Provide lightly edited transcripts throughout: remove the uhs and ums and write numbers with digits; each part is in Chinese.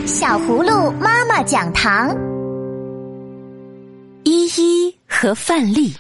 小葫芦妈妈讲堂。 依依和范丽。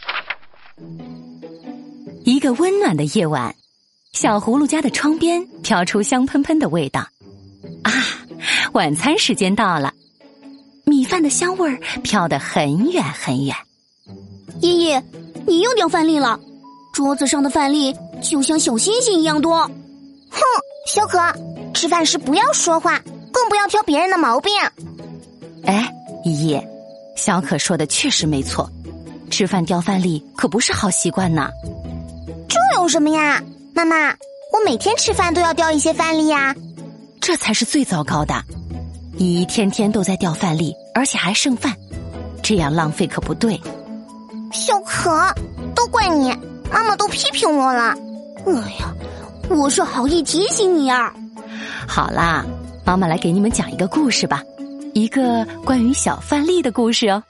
一个温暖的夜晚，小葫芦家的窗边飘出香喷喷的味道。啊，晚餐时间到了，米饭的香味儿飘得很远很远。 依依，你又掉饭粒了，桌子上的饭粒就像小星星一样多。 哼，小可，吃饭时不要说话，更不要挑别人的毛病。 哎，依依，小可说的确实没错，吃饭掉饭粒可不是好习惯呢。 这有什么呀？妈妈，我每天吃饭都要掉一些饭粒呀。 这才是最糟糕的。依依天天都在掉饭粒，而且还剩饭，这样浪费可不对。 小可，都怪你，妈妈都批评我了。 哎呀，我是好意提醒你啊。 好啦，妈妈来给你们讲一个故事吧，一个关于小饭粒的故事哦。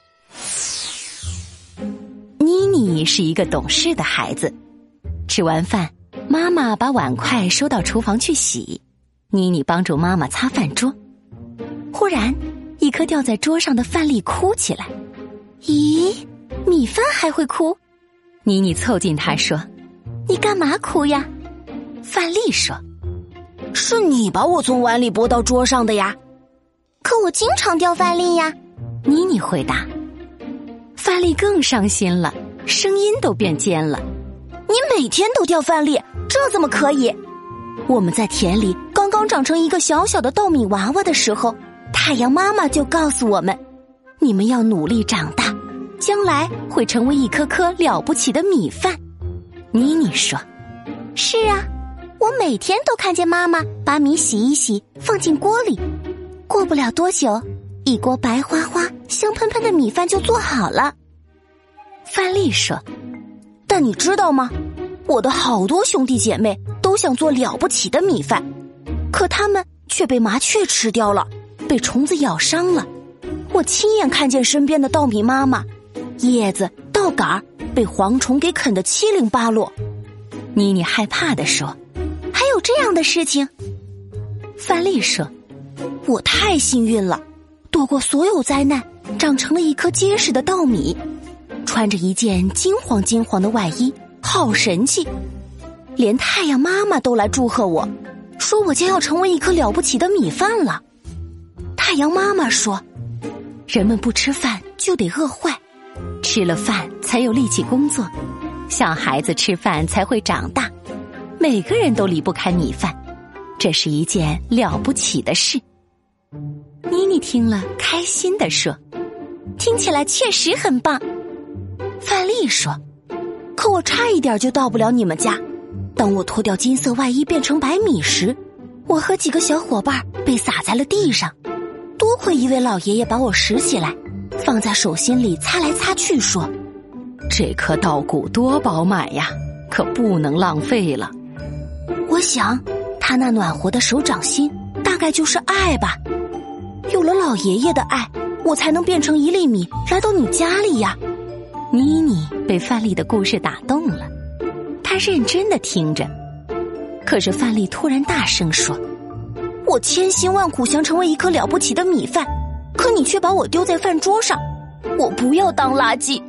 妮妮是一个懂事的孩子，吃完饭，妈妈把碗筷收到厨房去洗，妮妮帮助妈妈擦饭桌。忽然，一颗掉在桌上的饭粒哭起来。咦，米饭还会哭？妮妮凑近她说：“你干嘛哭呀？”饭粒说：“ 是你把我从碗里拨到桌上的呀。” 可我经常掉饭粒呀。 妮妮回答。饭粒更伤心了，声音都变尖了。 你每天都掉饭粒，这怎么可以？我们在田里刚刚长成一个小小的稻米娃娃的时候，太阳妈妈就告诉我们，你们要努力长大，将来会成为一颗颗了不起的米饭。 妮妮说：“ 是啊，我每天都看见妈妈把米洗一洗，放进锅里，过不了多久，一锅白花花、香喷喷的米饭就做好了。” 范丽说：“ 但你知道吗？我的好多兄弟姐妹都想做了不起的米饭，可他们却被麻雀吃掉了，被虫子咬伤了。我亲眼看见身边的稻米妈妈，叶子、稻杆被蝗虫给啃得七零八落。” 妮妮害怕地说：“ 还有这样的事情？” 范丽说：“ 我太幸运了，躲过所有灾难，长成了一颗结实的稻米，穿着一件金黄金黄的外衣，好神气。连太阳妈妈都来祝贺我，说我将要成为一颗了不起的米饭了。太阳妈妈说，人们不吃饭就得饿坏， 吃了饭才有力气工作，小孩子吃饭才会长大，每个人都离不开米饭，这是一件了不起的事。”妮妮听了开心地说：“ 听起来确实很棒。” 范丽说：“可我差一点就到不了你们家，当我脱掉金色外衣变成白米时，我和几个小伙伴被撒在了地上，多亏一位老爷爷把我拾起来，放在手心里擦来擦去，说： 这颗稻谷多饱满呀，可不能浪费了。” 我想他那暖和的手掌心大概就是爱吧，有了老爷爷的爱，我才能变成一粒米来到你家里呀。 妮妮被范丽的故事打动了，她认真地听着。可是范丽突然大声说：“ 我千辛万苦想成为一颗了不起的米饭，可你却把我丢在饭桌上，我不要当垃圾。”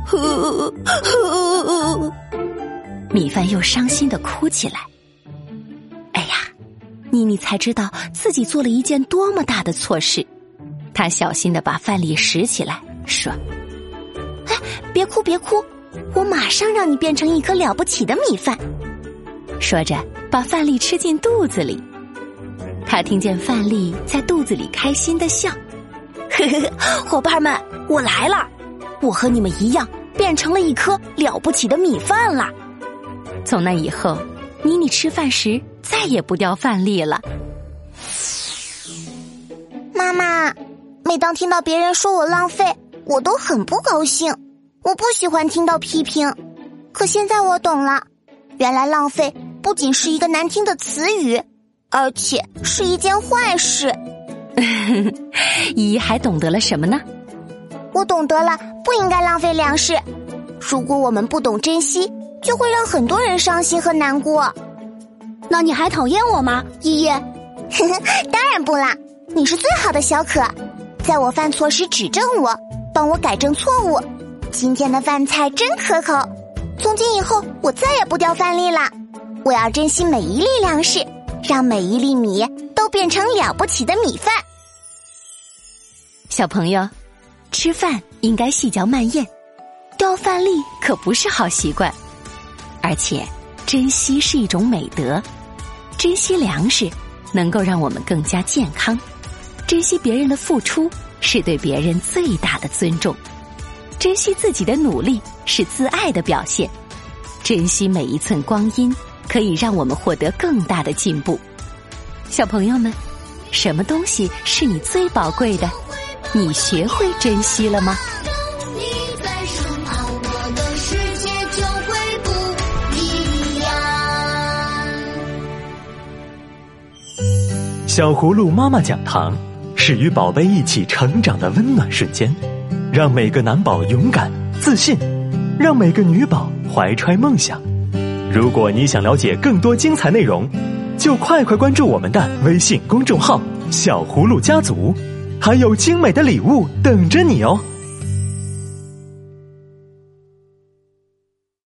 米饭又伤心地哭起来。 哎呀，妮妮才知道自己做了一件多么大的错事。 她小心地把饭粒拾起来，说：“ 哎，别哭别哭，我马上让你变成一颗了不起的米饭。” 说着把饭粒吃进肚子里。她听见饭粒在肚子里开心地笑：“ 呵呵，伙伴们，我来了，我和你们一样变成了一颗了不起的米饭了。” 从那以后，妮妮吃饭时再也不掉饭粒了。 妈妈，每当听到别人说我浪费，我都很不高兴，我不喜欢听到批评。可现在我懂了，原来浪费不仅是一个难听的词语，而且是一件坏事。 依依还懂得了什么呢？ 我懂得了不应该浪费粮食，如果我们不懂珍惜，就会让很多人伤心和难过。 那你还讨厌我吗，依依？ 当然不啦， 你是最好的小可，在我犯错时指正我，帮我改正错误。今天的饭菜真可口，从今以后我再也不掉饭粒啦。我要珍惜每一粒粮食，让每一粒米都变成了不起的米饭。 小朋友，吃饭应该细嚼慢咽，掉饭粒可不是好习惯。而且珍惜是一种美德，珍惜粮食能够让我们更加健康，珍惜别人的付出是对别人最大的尊重，珍惜自己的努力是自爱的表现，珍惜每一寸光阴可以让我们获得更大的进步。小朋友们，什么东西是你最宝贵的？你学会珍惜了吗？ 小葫芦妈妈讲堂是与宝贝一起成长的温暖瞬间，让每个男宝勇敢自信，让每个女宝怀揣梦想。如果你想了解更多精彩内容，就快快关注我们的微信公众号小葫芦家族，还有精美的礼物等着你哦。